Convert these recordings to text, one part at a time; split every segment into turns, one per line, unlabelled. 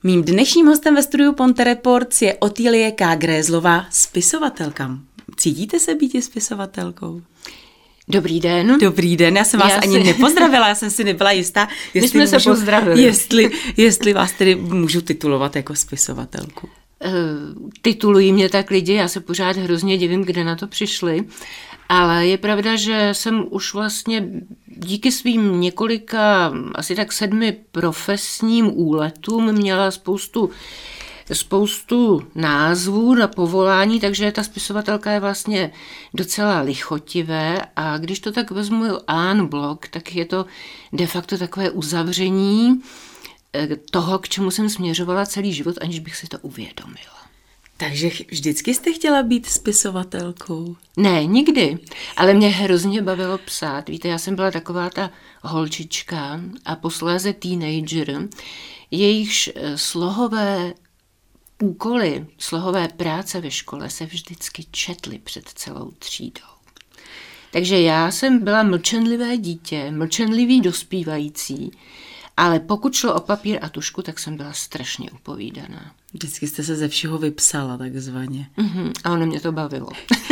Mým dnešním hostem ve studiu Ponte Reports je Otýlie K. Grézlová, spisovatelka. Cítíte se být spisovatelkou?
Dobrý den.
Dobrý den, já jsem vás ani nepozdravila, já jsem si nebyla jistá,
My jsme se pozdravili.
Jestli vás tedy můžu titulovat jako spisovatelku.
Titulují mě tak lidi, já se pořád hrozně divím, kde na to přišli, ale je pravda, že jsem už vlastně díky svým několika, asi tak 7 profesním úletům měla spoustu názvů na povolání, takže ta spisovatelka je vlastně docela lichotivé a když to tak vezmu en bloc, tak je to de facto takové uzavření toho, k čemu jsem směřovala celý život, aniž bych si to uvědomila.
Takže vždycky jste chtěla být spisovatelkou?
Ne, nikdy, ale mě hrozně bavilo psát. Víte, já jsem byla taková ta holčička a posléze teenager, jejichž slohové úkoly, slohové práce ve škole se vždycky četly před celou třídou. Takže já jsem byla mlčenlivé dítě, mlčenlivý dospívající, ale pokud šlo o papír a tušku, tak jsem byla strašně upovídaná.
Vždycky jste se ze všeho vypsala, takzvaně.
A ono mě to bavilo.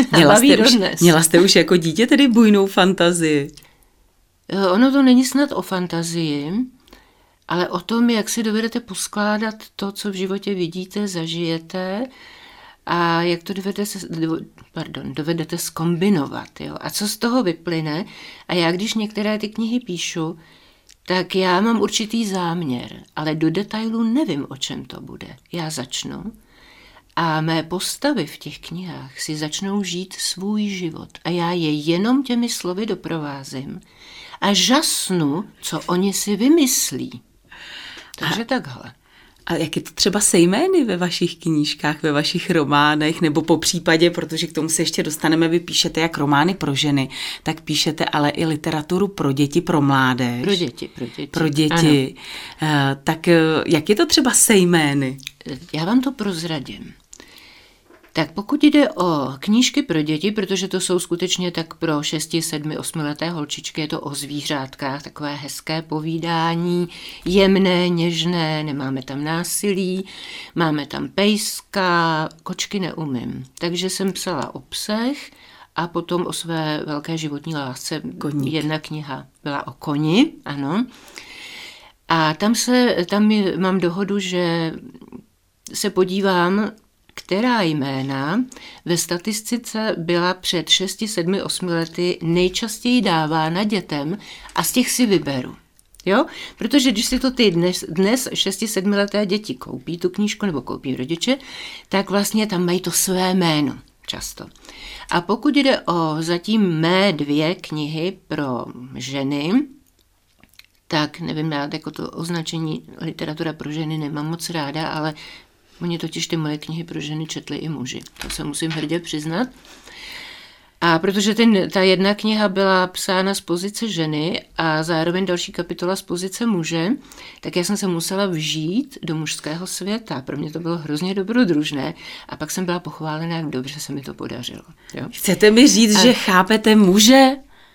Měla jste už jako dítě tedy bujnou fantazii?
Ono to není snad o fantazii, ale o tom, jak si dovedete poskládat to, co v životě vidíte, zažijete a jak to dovedete zkombinovat. Jo? A co z toho vyplyne? A já, když některé ty knihy píšu, tak já mám určitý záměr, ale do detailu nevím, o čem to bude. Já začnu a mé postavy v těch knihách si začnou žít svůj život a já je jenom těmi slovy doprovázím a žasnu, co oni si vymyslí. Takže takhle.
A jak je to třeba se jmény ve vašich knížkách, ve vašich románech, nebo po případě, protože k tomu se ještě dostaneme, vy píšete jak romány pro ženy, tak píšete ale i literaturu pro děti, pro mládež.
Pro děti.
Tak jak je to třeba se jmény?
Já vám to prozradím. Tak pokud jde o knížky pro děti, protože to jsou skutečně tak pro 6, 7, 8leté holčičky, je to o zvířátkách, takové hezké povídání, jemné, něžné, nemáme tam násilí, máme tam pejska, kočky neumím. Takže jsem psala o psech a potom o své velké životní lásce.
Koník.
Jedna kniha byla o koni, ano. A tam mám dohodu, že se podívám, která jména ve statistice byla před 6, 7, 8 lety nejčastěji dávána dětem a z těch si vyberu. Jo? Protože když si to ty dnes 6, 7 leté děti koupí tu knížku nebo koupí rodiče, tak vlastně tam mají to své jméno často. A pokud jde o zatím mé 2 knihy pro ženy, tak nevím, já jako to označení literatura pro ženy nemám moc ráda, ale oni totiž ty moje knihy pro ženy četli i muži. To se musím hrdě přiznat. A protože ta jedna kniha byla psána z pozice ženy a zároveň další kapitola z pozice muže, tak já jsem se musela vžít do mužského světa. Pro mě to bylo hrozně dobrodružné a pak jsem byla pochválena, jak dobře se mi to podařilo. Jo?
Chcete mi říct, že chápete muže?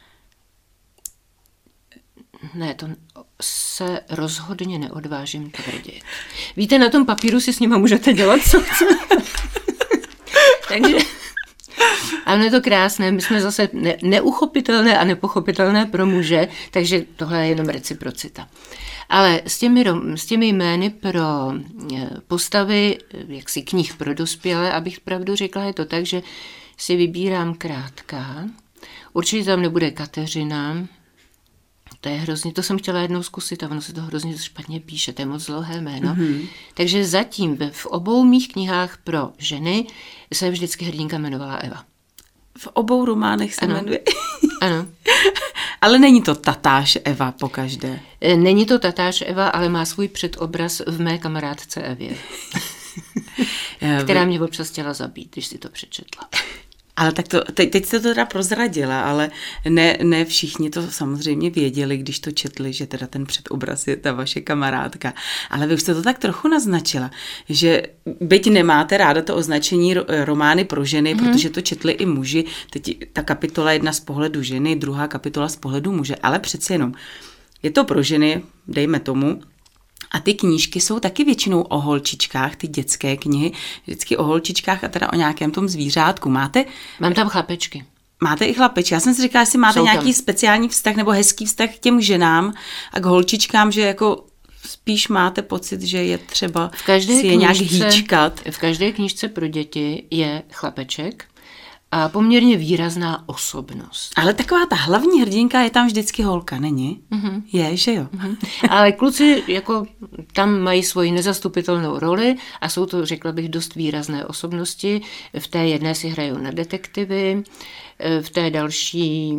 Ne, to se rozhodně neodvážím tvrdit. Víte, na tom papíru si s nima můžete dělat, co chcete. Takže, ale je to krásné, my jsme zase neuchopitelné a nepochopitelné pro muže, takže tohle je jenom reciprocita. Ale s těmi jmény pro postavy, jaksi knih pro dospělé, abych pravdu řekla, je to tak, že si vybírám krátká. Určitě tam nebude Kateřina. To je hrozně, to jsem chtěla jednou zkusit a ono se to hrozně špatně píše, to je moc dlouhé jméno. Takže zatím v obou mých knihách pro ženy se vždycky hrdinka jmenovala Eva.
V obou románech se jmenuje.
Ano.
Ale není to tatáž Eva pokaždé.
Není to tatáž Eva, ale má svůj předobraz v mé kamarádce Evě. Která mě občas chtěla zabít, když si to přečetla.
Ale tak teď jste to teda prozradila, ale ne všichni to samozřejmě věděli, když to četli, že teda ten předobraz je ta vaše kamarádka. Ale vy už jste to tak trochu naznačila, že byť nemáte ráda to označení romány pro ženy, protože to četli i muži, teď ta kapitola jedna z pohledu ženy, druhá kapitola z pohledu muže, ale přeci jenom je to pro ženy, dejme tomu, A ty knížky jsou taky většinou o holčičkách, ty dětské knihy, vždycky o holčičkách a teda o nějakém tom zvířátku.
Mám tam chlapečky.
Máte i chlapečky. Já jsem si říkala, jestli máte nějaký speciální vztah nebo hezký vztah k těm ženám a k holčičkám, že jako spíš máte pocit, že je třeba si je nějak hýčkat.
V každé knížce pro děti je chlapeček a poměrně výrazná osobnost.
Ale taková ta hlavní hrdinka je tam vždycky holka, není? Mm-hmm. Je, že jo? Mm-hmm.
Ale kluci jako tam mají svoji nezastupitelnou roli a jsou to, řekla bych, dost výrazné osobnosti. V té jedné si hrajou na detektivy, v té další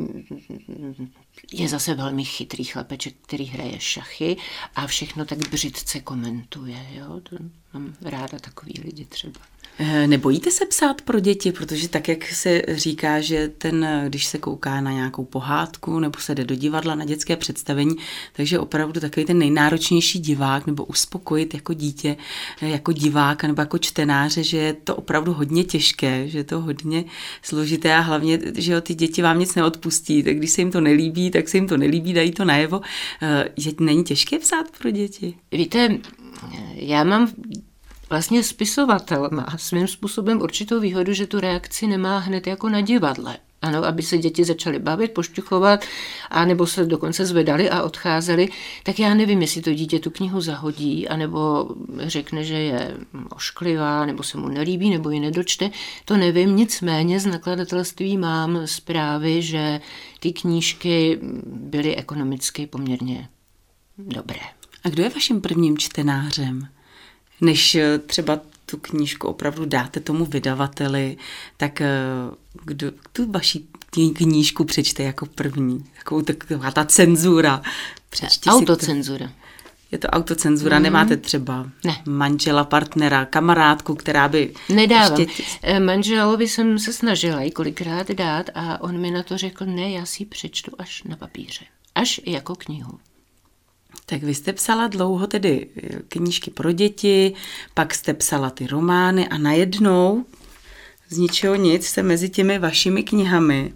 je zase velmi chytrý chlapeček, který hraje šachy a všechno tak břitce komentuje. Jo? To mám ráda takový lidi třeba.
Nebojíte se psát pro děti, protože tak, jak se říká, že když se kouká na nějakou pohádku nebo se jde do divadla na dětské představení, takže opravdu takový ten nejnáročnější divák nebo uspokojit jako dítě, jako diváka nebo jako čtenáře, že je to opravdu hodně těžké, že je to hodně složité a hlavně, že jo, ty děti vám nic neodpustí, tak když se jim to nelíbí, tak se jim to nelíbí, dají to najevo. Že není těžké psát pro děti?
Víte, já mám vlastně spisovatel má svým způsobem určitou výhodu, že tu reakci nemá hned jako na divadle. Ano, aby se děti začaly bavit, pošťuchovat, anebo se dokonce zvedali a odcházeli, tak já nevím, jestli to dítě tu knihu zahodí, anebo řekne, že je ošklivá, nebo se mu nelíbí, nebo ji nedočte, to nevím, nicméně z nakladatelství mám zprávy, že ty knížky byly ekonomicky poměrně dobré.
A kdo je vaším prvním čtenářem? Než třeba tu knížku opravdu dáte tomu vydavateli, tak kdo tu vaši knížku přečte jako první? Taková ta cenzura.
Autocenzura.
Je to autocenzura, nemáte třeba manžela, partnera, kamarádku, která by...
Nedávám. Manželovi jsem se snažila i kolikrát dát a on mi na to řekl, ne, já si ji přečtu až na papíře. Až jako knihu.
Tak vy jste psala dlouho tedy knížky pro děti, pak jste psala ty romány a najednou z ničeho nic se mezi těmi vašimi knihami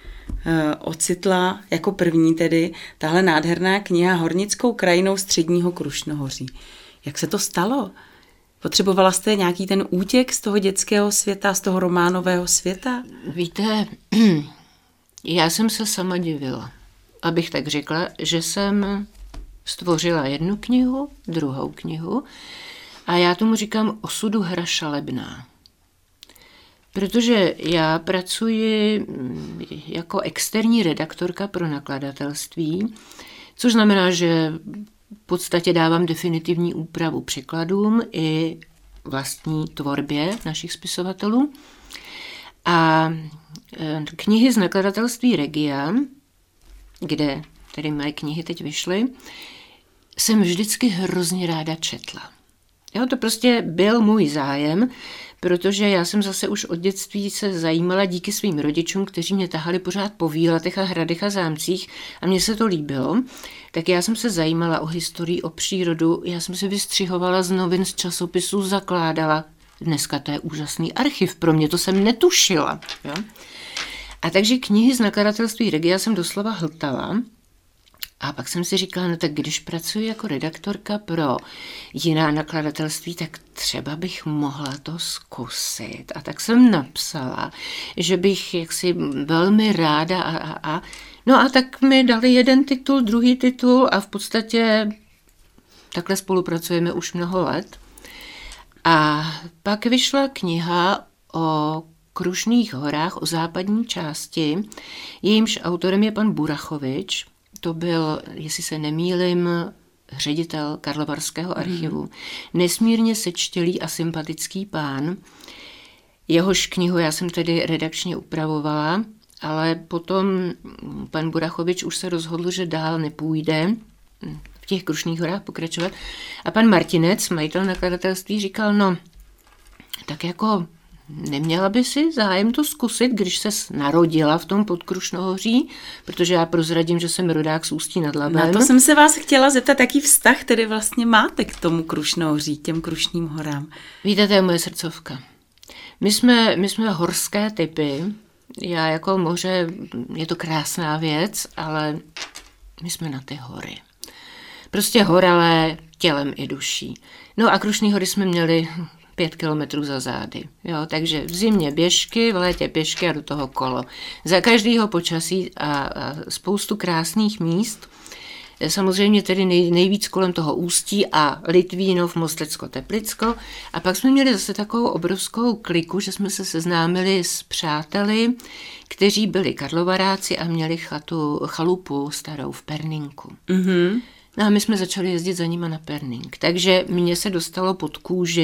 ocitla jako první tedy tahle nádherná kniha Hornickou krajinou středního Krušnohoří. Jak se to stalo? Potřebovala jste nějaký ten útěk z toho dětského světa, z toho románového světa?
Víte, já jsem se sama divila, abych tak řekla, že jsem stvořila jednu knihu, druhou knihu a já tomu říkám osudu hra šalebná. Protože já pracuji jako externí redaktorka pro nakladatelství, což znamená, že v podstatě dávám definitivní úpravu překladům i vlastní tvorbě našich spisovatelů. A knihy z nakladatelství Regia, kde tedy moje knihy teď vyšly, jsem vždycky hrozně ráda četla. Jo, to prostě byl můj zájem, protože já jsem zase už od dětství se zajímala díky svým rodičům, kteří mě tahali pořád po výletech a hradech a zámcích a mně se to líbilo. Tak já jsem se zajímala o historii, o přírodu, já jsem si vystřihovala z novin, z časopisů, zakládala. Dneska to je úžasný archiv, pro mě to jsem netušila. Jo? A takže knihy z nakladatelství Regia jsem doslova hltala. A pak jsem si říkala, no tak když pracuji jako redaktorka pro jiná nakladatelství, tak třeba bych mohla to zkusit. A tak jsem napsala, že bych jaksi velmi ráda No a tak mi dali jeden titul, druhý titul a v podstatě takhle spolupracujeme už mnoho let. A pak vyšla kniha o Krušných horách, o západní části. Jejímž autorem je pan Burachovič. To byl, jestli se nemýlim, ředitel Karlovarského archivu. Nesmírně sečtělý a sympatický pán. Jehož knihu já jsem tedy redakčně upravovala, ale potom pan Burachovič už se rozhodl, že dál nepůjde v těch Krušných horách pokračovat. A pan Martinec, majitel nakladatelství, říkal, no, tak jako neměla by si zájem to zkusit, když ses narodila v tom Podkrušnohoří, protože já prozradím, že jsem rodák z Ústí nad Labem.
Na to jsem se vás chtěla zeptat, jaký vztah tedy vlastně máte k tomu Krušnohoří, těm Krušným horám.
Víte, to je moje srdcovka. My jsme horské typy. Já jako moře, je to krásná věc, ale my jsme na ty hory. Prostě horalé, tělem i duší. No a Krušné hory jsme měli 5 kilometrů za zády. Jo, takže v zimě běžky, v létě pěšky a do toho kolo. Za každého počasí a spoustu krásných míst. Samozřejmě tedy nejvíc kolem toho Ústí a Litvínov, Mostecko, Teplicko. A pak jsme měli zase takovou obrovskou kliku, že jsme se seznámili s přáteli, kteří byli karlovaráci a měli chalupu starou v Perninku. Mm-hmm. No a my jsme začali jezdit za nima na Pernink. Takže mně se dostala pod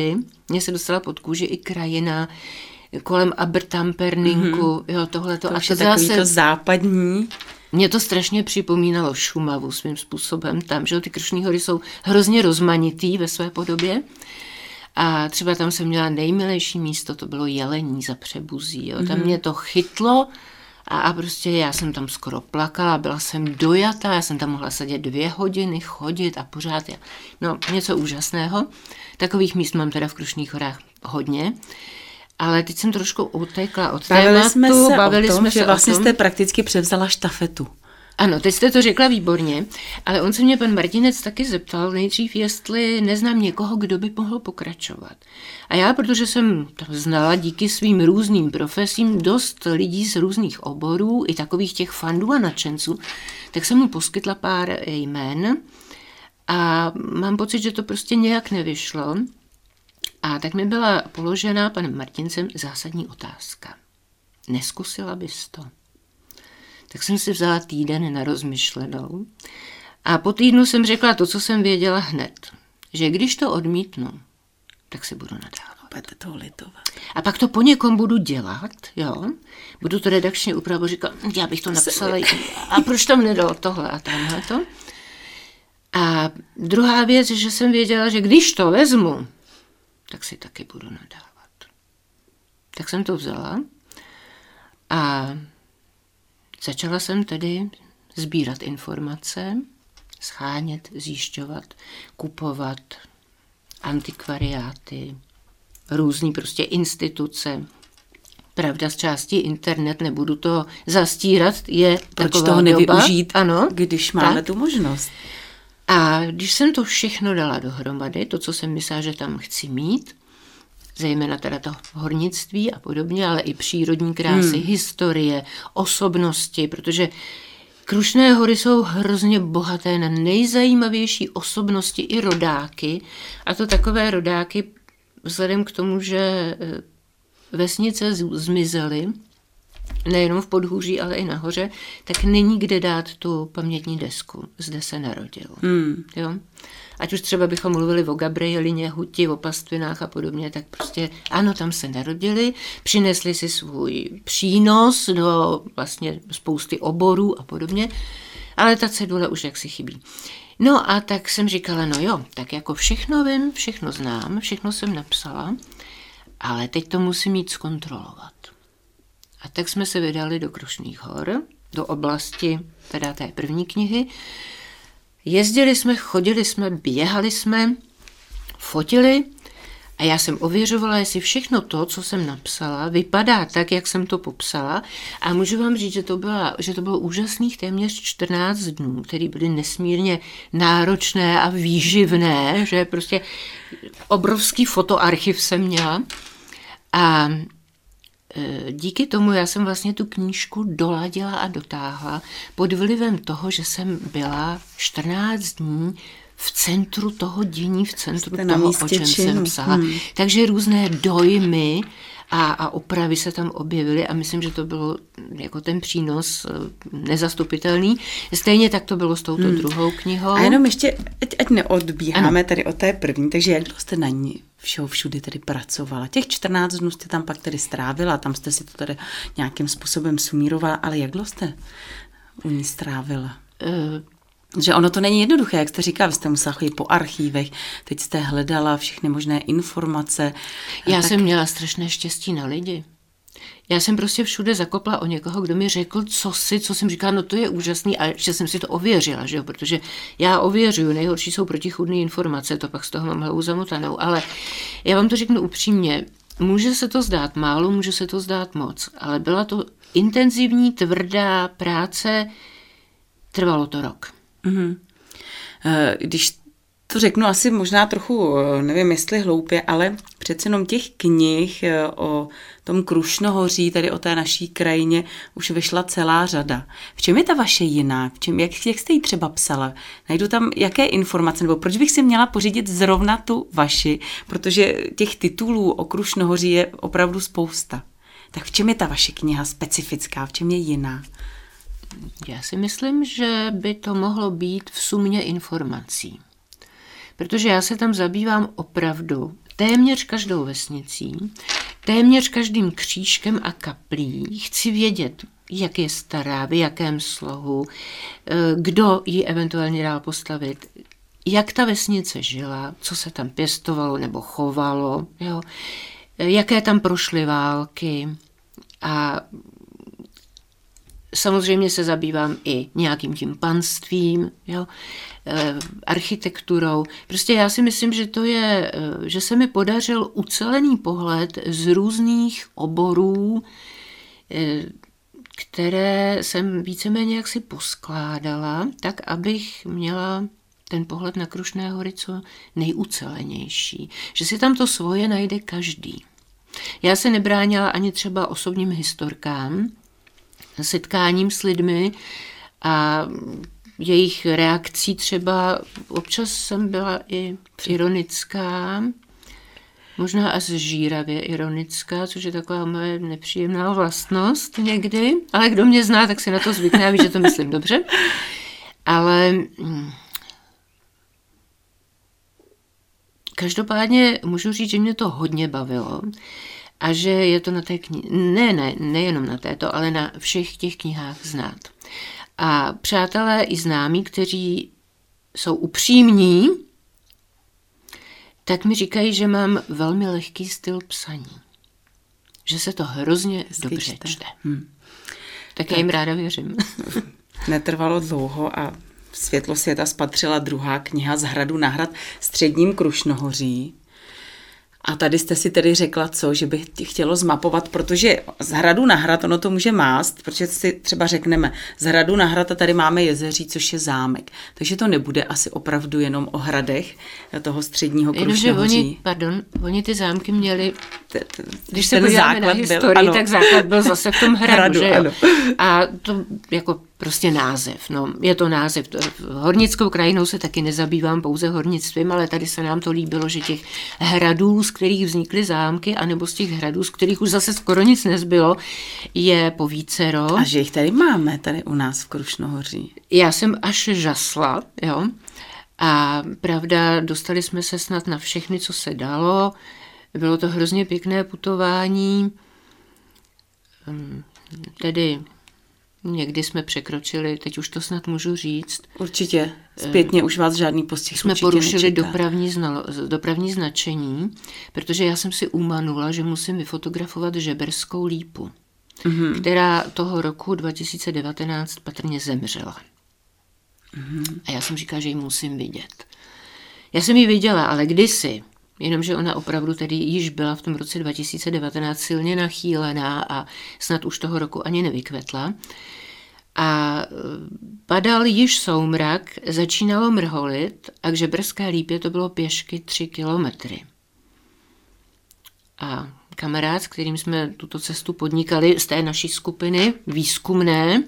kůži i krajina kolem Abertam, Perninku, jo, tohleto.
To a to takový to západní.
Mě to strašně připomínalo Šumavu svým způsobem tam, že ty Krušné hory jsou hrozně rozmanitý ve své podobě. A třeba tam jsem měla nejmilejší místo, to bylo Jelení za Přebuzí. Jo. Tam mě to chytlo a prostě já jsem tam skoro plakala, byla jsem dojatá, já jsem tam mohla sedět 2 hodiny, chodit a pořád. No, něco úžasného. Takových míst mám teda v Krušných horách hodně. Ale teď jsem trošku utekla od tématu.
Bavili jsme se o tom, že vlastně jste prakticky převzala štafetu.
Ano, teď jste to řekla výborně, ale on se mě pan Martinec taky zeptal nejdřív, jestli neznám někoho, kdo by mohl pokračovat. A já, protože jsem tam znala díky svým různým profesím dost lidí z různých oborů, i takových těch fandů a nadšenců, tak jsem mu poskytla pár jmen a mám pocit, že to prostě nějak nevyšlo. A tak mi byla položena panem Martincem zásadní otázka. Neskusila bys to? Tak jsem si vzala týden na rozmyšlenou a po týdnu jsem řekla to, co jsem věděla hned. Že když to odmítnu, tak si budu nadávat.
Budete to litovat.
A pak to po někom budu dělat, jo? Budu to redakčně upravovat, říkat, já bych to napsala a proč tam nedal tohle a tamhleto. A druhá věc, že jsem věděla, že když to vezmu, tak si taky budu nadávat. Tak jsem to vzala a začala jsem tedy sbírat informace, schánět, zjišťovat, kupovat antikvariáty, různý prostě instituce. Pravda, z části internet, nebudu to zastírat, je
proč
taková
toho nevyužít,
ano,
když máme tu možnost.
A když jsem to všechno dala dohromady, to, co jsem myslela, že tam chci mít, zejména teda to hornictví a podobně, ale i přírodní krásy, historie, osobnosti, protože Krušné hory jsou hrozně bohaté na nejzajímavější osobnosti i rodáky. A to takové rodáky, vzhledem k tomu, že vesnice zmizely, nejenom v Podhůří, ale i nahoře, tak není kde dát tu pamětní desku. Zde se narodil. Jo? Ať už třeba bychom mluvili o Gabrielině, Huti, o pastvinách a podobně, tak prostě ano, tam se narodili, přinesli si svůj přínos do vlastně spousty oborů a podobně, ale ta cedule už jaksi chybí. No a tak jsem říkala, no jo, tak jako všechno vím, všechno znám, všechno jsem napsala, ale teď to musím mít zkontrolovat. A tak jsme se vydali do Krušných hor, do oblasti teda té první knihy. Jezdili jsme, chodili jsme, běhali jsme, fotili a já jsem ověřovala, jestli všechno to, co jsem napsala, vypadá tak, jak jsem to popsala. A můžu vám říct, že to bylo úžasných téměř 14 dnů, které byly nesmírně náročné a výživné, že prostě obrovský fotoarchiv jsem měla. A díky tomu já jsem vlastně tu knížku doladila a dotáhla pod vlivem toho, že jsem byla 14 dní v centru toho dění, v centru toho, o čem jsem psala. Takže různé dojmy a opravy se tam objevily a myslím, že to bylo jako ten přínos nezastupitelný. Stejně tak to bylo s touto druhou knihou.
A jenom ještě, ať neodbíháme tady od té první, takže jak dlouho jste na ní všudy tedy pracovala? Těch 14 dnů jste tam pak tedy strávila, tam jste si to tady nějakým způsobem sumírovala, ale jak dlouho jste u ní strávila? Že ono to není jednoduché, jak jste říkala, vy jste musela chodit po archívech, teď jste hledala všechny možné informace.
Já jsem měla strašné štěstí na lidi. Já jsem prostě všude zakopla o někoho, kdo mi řekl, co jsem říkala, no to je úžasný, a že jsem si to ověřila, že jo, protože já ověřuju, nejhorší jsou protichůdné informace, to pak z toho mám hlavu zamotanou, ale já vám to řeknu upřímně, může se to zdát málo, může se to zdát moc, ale byla to intenzivní, tvrdá práce, trvalo to rok.
Když to řeknu asi možná trochu, nevím jestli hloupě, ale přece jenom těch knih o tom Krušnohoří, tady o té naší krajině, už vyšla celá řada. V čem je ta vaše jiná? Jak jste ji třeba psala? Najdu tam jaké informace, nebo proč bych si měla pořídit zrovna tu vaši, protože těch titulů o Krušnohoří je opravdu spousta. Tak v čem je ta vaše kniha specifická, v čem je jiná?
Já si myslím, že by to mohlo být v sumě informací. Protože já se tam zabývám opravdu téměř každou vesnicí, téměř každým křížkem a kaplí. Chci vědět, jak je stará, v jakém slohu, kdo ji eventuálně dál postavit, jak ta vesnice žila, co se tam pěstovalo nebo chovalo, jo? Jaké tam prošly války a samozřejmě se zabývám i nějakým tím panstvím, jo, architekturou. Prostě já si myslím, že se mi podařil ucelený pohled z různých oborů, které jsem víceméně jaksi poskládala, tak abych měla ten pohled na Krušné hory co nejucelenější. Že si tam to svoje najde každý. Já se nebránila ani třeba osobním historkám, setkáním s lidmi a jejich reakcí třeba. Občas jsem byla i ironická, možná až žíravě ironická, což je taková moje nepříjemná vlastnost někdy, ale kdo mě zná, tak si na to zvykne a ví, že to myslím dobře. Ale každopádně můžu říct, že mě to hodně bavilo a že je to na té knize, nejenom na této, ale na všech těch knihách znát. A přátelé i známí, kteří jsou upřímní, tak mi říkají, že mám velmi lehký styl psaní. Že se to hrozně dobře čte. Tak já jim ráda věřím.
Netrvalo dlouho a světlo světa spatřila druhá kniha Z hradu na hrad středním Krušnohoří. A tady jste si tedy řekla co, že by chtělo zmapovat, protože z hradu na hrad ono to může mást, protože si třeba řekneme z hradu na hrad a tady máme Jezeří, což je zámek. Takže to nebude asi opravdu jenom o hradech toho středního Krušnohoří.
Oni ty zámky měli, když se podíváme na historii, tak základ byl zase v tom hradu, že jo? A to jako prostě název. No, je to název. Hornickou krajinou se taky nezabývám pouze hornictvím, ale tady se nám to líbilo, že těch hradů, z kterých vznikly zámky, anebo z těch hradů, z kterých už zase skoro nic nezbylo, je povícero.
A že jich tady máme, tady u nás v Krušnohoří.
Já jsem až žasla, jo. A pravda, dostali jsme se snad na všechny, co se dalo. Bylo to hrozně pěkné putování. Tedy někdy jsme překročili, teď už to snad můžu říct.
Určitě, zpětně už vás žádný postih
jsme porušili dopravní značení, protože já jsem si umanula, že musím vyfotografovat Žeberskou lípu, která toho roku 2019 patrně zemřela. A já jsem říkala, že ji musím vidět. Já jsem ji viděla, ale kdysi, jenomže ona opravdu tedy již byla v tom roce 2019 silně nachýlená a snad už toho roku ani nevykvetla. A padal již soumrak, začínalo mrholit a k Žeberské lípě to bylo pěšky 3 kilometry. A kamarád, s kterým jsme tuto cestu podnikali z té naší skupiny výzkumné,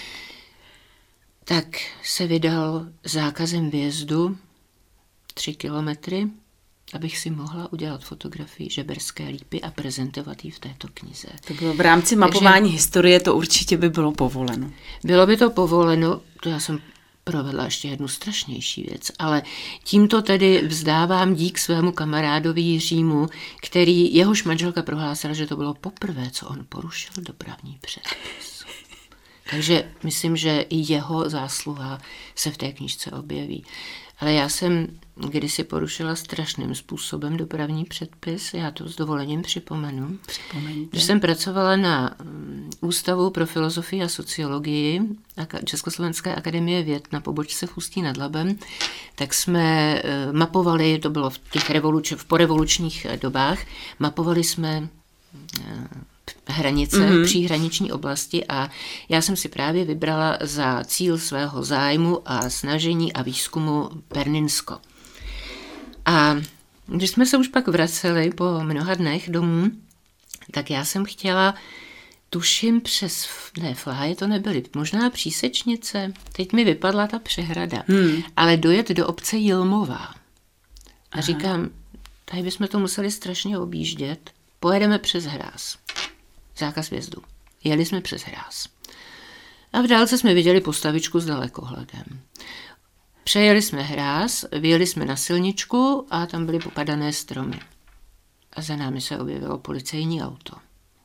tak se vydal zákazem vjezdu 3 kilometry, abych si mohla udělat fotografii Žeberské lípy a prezentovat ji v této knize.
To bylo v rámci mapování historie, to určitě by bylo povoleno.
Bylo by to povoleno, to já jsem provedla ještě jednu strašnější věc, ale tímto tedy vzdávám dík svému kamarádovi Jiřímu, jehož manželka prohlásila, že to bylo poprvé, co on porušil dopravní předpis. Takže myslím, že i jeho zásluha se v té knížce objeví. Ale já jsem kdysi porušila strašným způsobem dopravní předpis, já to s dovolením připomenu. Když jsem pracovala na Ústavu pro filozofii a sociologii Československé akademie věd na pobočce v Ústí nad Labem, tak jsme mapovali, to bylo v těch v porevolučních dobách, mapovali jsme hranice, příhraniční oblasti a já jsem si právě vybrala za cíl svého zájmu a snažení a výzkumu Perninsko. A když jsme se už pak vraceli po mnoha dnech domů, tak já jsem chtěla, tuším Fláje to nebyly, možná Přísečnice, teď mi vypadla ta přehrada, ale dojet do obce Jilmová. A říkám, tady bychom to museli strašně objíždět, pojedeme přes Hráz. Zákaz vjezdu. Jeli jsme přes Hráz. A v dálce jsme viděli postavičku s dalekohledem. Přejeli jsme Hráz, vyjeli jsme na silničku a tam byly popadané stromy. A za námi se objevilo policejní auto.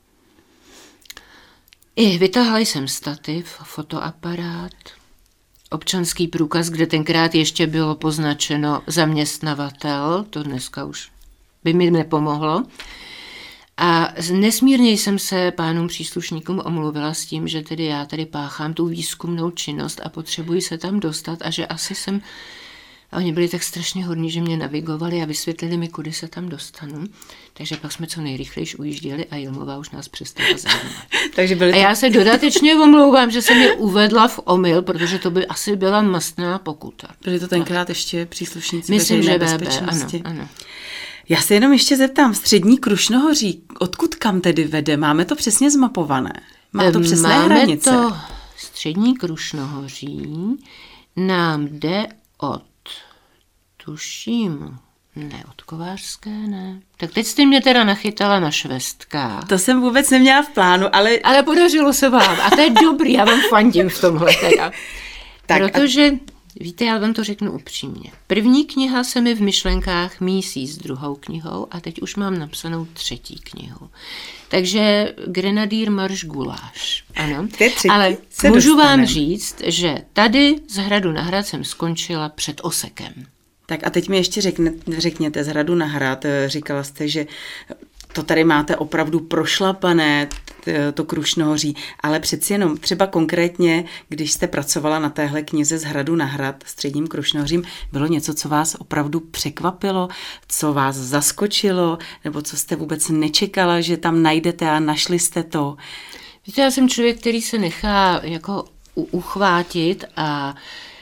Vytáhla jsem stativ, fotoaparát, občanský průkaz, kde tenkrát ještě bylo poznačeno zaměstnavatel, to dneska už by mi nepomohlo. A nesmírně jsem se pánům příslušníkům omluvila s tím, že tedy já tady páchám tu výzkumnou činnost a potřebuji se tam dostat a že asi jsem... A oni byli tak strašně hodní, že mě navigovali a vysvětlili mi, kudy se tam dostanu. Takže pak jsme co nejrychlejš ujížděli a Jilmová už nás přestala zajímat. A já se dodatečně omlouvám, že jsem je uvedla v omyl, protože to by asi byla mastná pokuta.
Byli to tenkrát ještě příslušníci
Myslím,
veřejné
že
bezpečnosti.
Ano.
Já se jenom ještě zeptám, střední Krušnohoří, odkud kam tedy vede? Máme to přesně zmapované? Má to přesné hranice?
Máme to střední Krušnohoří, nám jde od, tuším, ne, od Kovářské, ne. Tak teď jste mě teda nachytala na švestkách.
To jsem vůbec neměla v plánu, ale...
Ale podařilo se vám a to je dobrý, já vám fandím v tomhle teda. Protože... Víte, já vám to řeknu upřímně. První kniha se mi v myšlenkách mísí s druhou knihou a teď už mám napsanou třetí knihu. Takže Grenadýr marš guláš. Ano. Ale můžu vám říct, že tady z Hradu na Hrad jsem skončila před Osekem.
Tak a teď mi ještě řekněte z Hradu na Hrad, říkala jste, že to tady máte opravdu prošlapané, to Krušnohoří, ale přeci jenom třeba konkrétně, když jste pracovala na téhle knize z Hradu na Hrad, středním Krušnohořím, bylo něco, co vás opravdu překvapilo, co vás zaskočilo, nebo co jste vůbec nečekala, že tam najdete a našli jste to?
Víte, já jsem člověk, který se nechá jako uchvátit a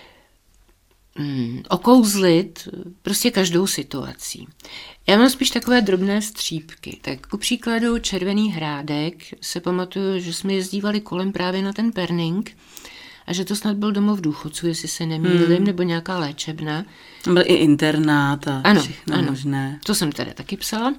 okouzlit prostě každou situací. Já mám spíš takové drobné střípky. Tak ku příkladu Červený Hrádek se pamatuju, že jsme jezdívali kolem právě na ten Perning a že to snad byl domov důchodců, jestli se nemýlím, nebo nějaká léčebna.
Byl i internát a všechno možné.
To jsem tady taky psala.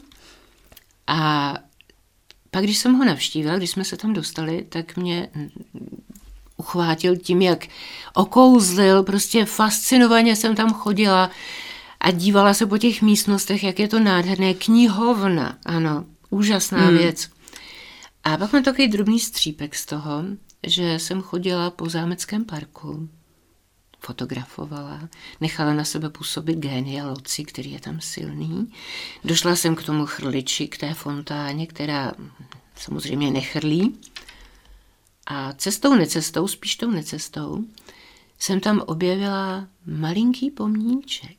A pak, když jsem ho navštívila, když jsme se tam dostali, tak mě uchvátil tím, jak okouzlil, prostě fascinovaně jsem tam chodila a dívala se po těch místnostech, jak je to nádherné. Knihovna, ano, úžasná věc. A pak mám takový drobný střípek z toho, že jsem chodila po Zámeckém parku, fotografovala, nechala na sebe působit génia loci, který je tam silný. Došla jsem k tomu chrliči, k té fontáně, která samozřejmě nechrlí. A cestou, necestou, spíš tou necestou, jsem tam objevila malinký pomníček.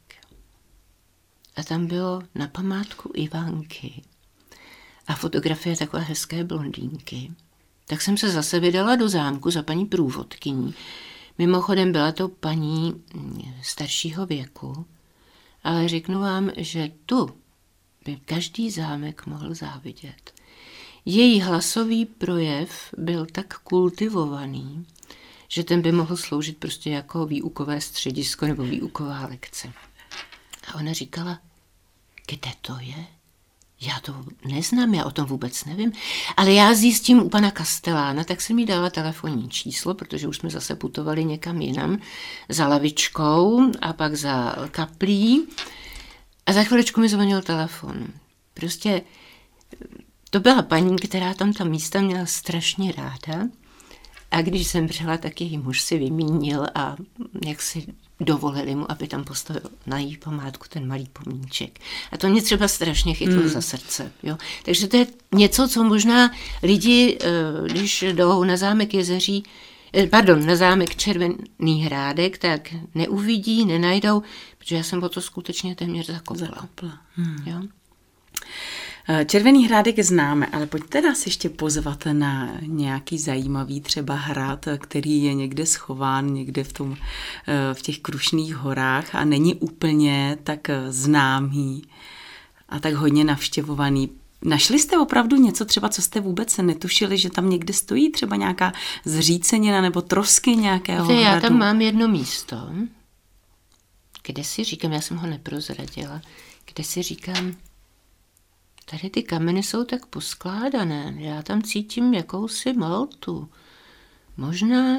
A tam bylo na památku Ivanky a fotografie takové hezké blondýnky. Tak jsem se zase vydala do zámku za paní průvodkyní. Mimochodem byla to paní staršího věku, ale řeknu vám, že tu by každý zámek mohl závidět. Její hlasový projev byl tak kultivovaný, že ten by mohl sloužit prostě jako výukové středisko nebo výuková lekce. A ona říkala, kde to je? Já to neznám, já o tom vůbec nevím, ale já zjistím u pana Kastelána, tak jsem jí dala telefonní číslo, protože už jsme zase putovali někam jinam, za lavičkou a pak za kaplí. A za chviličku mi zvonil telefon. Prostě to byla paní, která tam ta místa měla strašně ráda. A když jsem přijela, tak její muž si vymínil a jak si dovolili mu, aby tam postavil na její památku ten malý pomníček. A to mě třeba strašně chytlo za srdce. Jo? Takže to je něco, co možná lidi, když jdou na zámek Jezeří, na zámek Červený Hrádek, tak neuvidí, nenajdou, protože já jsem o to skutečně téměř zakopla.
Jo? Červený hrádek známe, ale pojďte nás ještě pozvat na nějaký zajímavý třeba hrad, který je někde schován, někde v těch Krušných horách a není úplně tak známý a tak hodně navštěvovaný. Našli jste opravdu něco třeba, co jste vůbec netušili, že tam někde stojí, třeba nějaká zřícenina nebo trosky nějakého hradu?
Já tam mám jedno místo, kde si říkám, já jsem ho neprozradila, kde si říkám, tady ty kameny jsou tak poskládané, já tam cítím jakousi maltu. Možná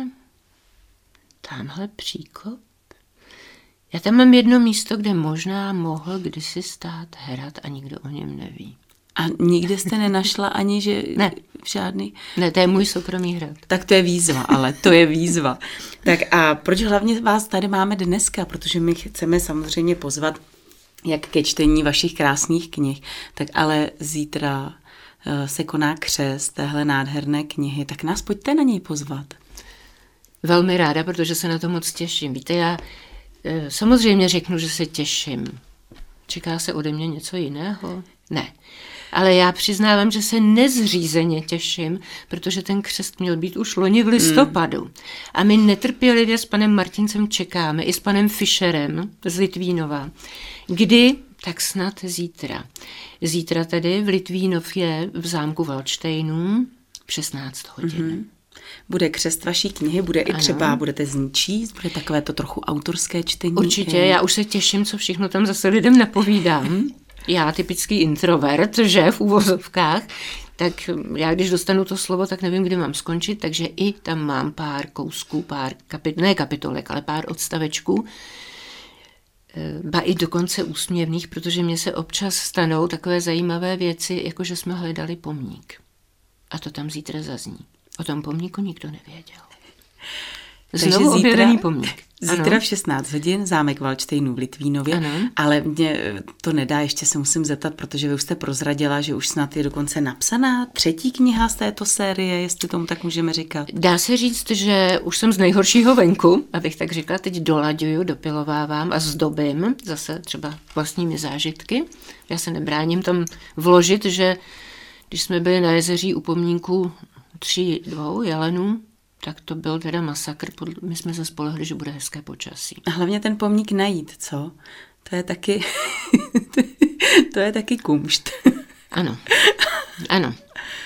tamhle příkop? Já tam mám jedno místo, kde možná mohl kdysi stát hrad a nikdo o něm neví.
A nikde jste nenašla ani, že
ne.
Žádný?
Ne, to je můj soukromý hrad.
Tak to je výzva, ale to je výzva. Tak a proč hlavně vás tady máme dneska? Protože my chceme samozřejmě pozvat jak ke čtení vašich krásných knih, tak ale zítra se koná křest téhle nádherné knihy, tak nás pojďte na něj pozvat.
Velmi ráda, protože se na to moc těším. Víte, já samozřejmě řeknu, že se těším. Čeká se ode mě něco jiného? Ne. Ale já přiznávám, že se nezřízeně těším, protože ten křest měl být už loni v listopadu. A my netrpělivě s panem Martincem čekáme, i s panem Fischerem z Litvínova. Kdy? Tak snad zítra. Zítra tedy v Litvínově v zámku Valdštejnů v 16 hodin.
Bude křest vaší knihy, bude i třeba, budete z ní číst, bude takové to trochu autorské čtení.
Určitě, já už se těším, co všechno tam zase lidem napovídám. Já, typický introvert, že v uvozovkách, tak já když dostanu to slovo, tak nevím, kdy mám skončit, takže i tam mám pár kousků, ne kapitolek, ale pár odstavečků, ba i dokonce úsměvných, protože mně se občas stanou takové zajímavé věci, jako že jsme hledali pomník. A to tam zítra zazní. O tom pomníku nikdo nevěděl. Znovu objevený pomník.
Zítra v 16 hodin zámek Valdštejnů v Litvínově, ale mě to nedá, ještě se musím zeptat, protože vy už jste prozradila, že už snad je dokonce napsaná 3. kniha z této série, jestli tomu tak můžeme říkat.
Dá se říct, že už jsem z nejhoršího venku, abych tak řekla, teď dolaďuju, dopilovávám a zdobím zase třeba vlastními zážitky. Já se nebráním tam vložit, že když jsme byli na Jezeří u pomníku 2 jelenů, tak to byl teda masakr. My jsme se spolehli, že bude hezké počasí.
A hlavně ten pomník najít, co? To je taky, to je taky kumšt.
Ano, ano.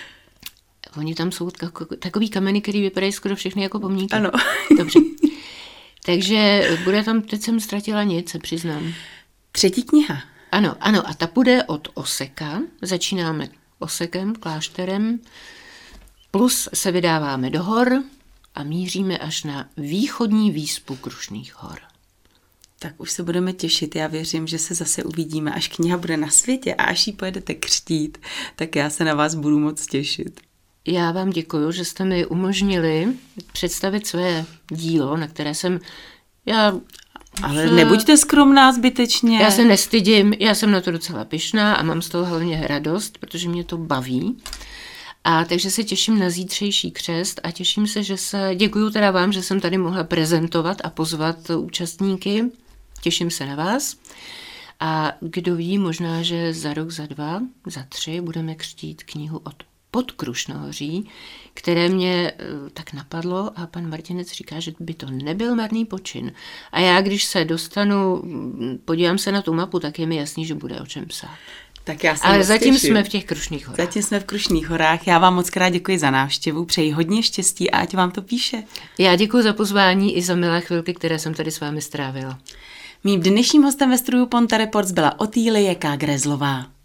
Oni tam jsou takový kameny, který vypadají skoro všechny jako pomníky.
Ano.
Dobře. Takže bude tam, teď jsem ztratila nic, se přiznám.
3. kniha.
Ano, a ta bude od Oseka. Začínáme Osekem, klášterem, plus se vydáváme do hor a míříme až na východní výspu Krušných hor.
Tak už se budeme těšit. Já věřím, že se zase uvidíme, až kniha bude na světě a až ji pojedete křtít, tak já se na vás budu moc těšit.
Já vám děkuju, že jste mi umožnili představit své dílo, na které jsem...
Ale nebuďte skromná zbytečně.
Já se nestydím, já jsem na to docela pyšná a mám z toho hlavně radost, protože mě to baví. A takže se těším na zítřejší křest a těším se, děkuju teda vám, že jsem tady mohla prezentovat a pozvat účastníky. Těším se na vás. A kdo ví, možná, že za rok, za 2, za 3 budeme křtít knihu od Podkrušnohoří, které mě tak napadlo a pan Martinec říká, že by to nebyl marný počin. A já, když se dostanu, podívám se na tu mapu, tak je mi jasný, že bude o čem psát.
Tak já se
Ale zatím jsme v těch Krušných horách.
Zatím jsme v Krušných horách. Já vám moc krát děkuji za návštěvu, přeji hodně štěstí a ať vám to píše.
Já děkuji za pozvání i za milé chvilky, které jsem tady s vámi strávila.
Mým dnešním hostem ve studiu Ponte Reports byla Otýlie K. Grezlová.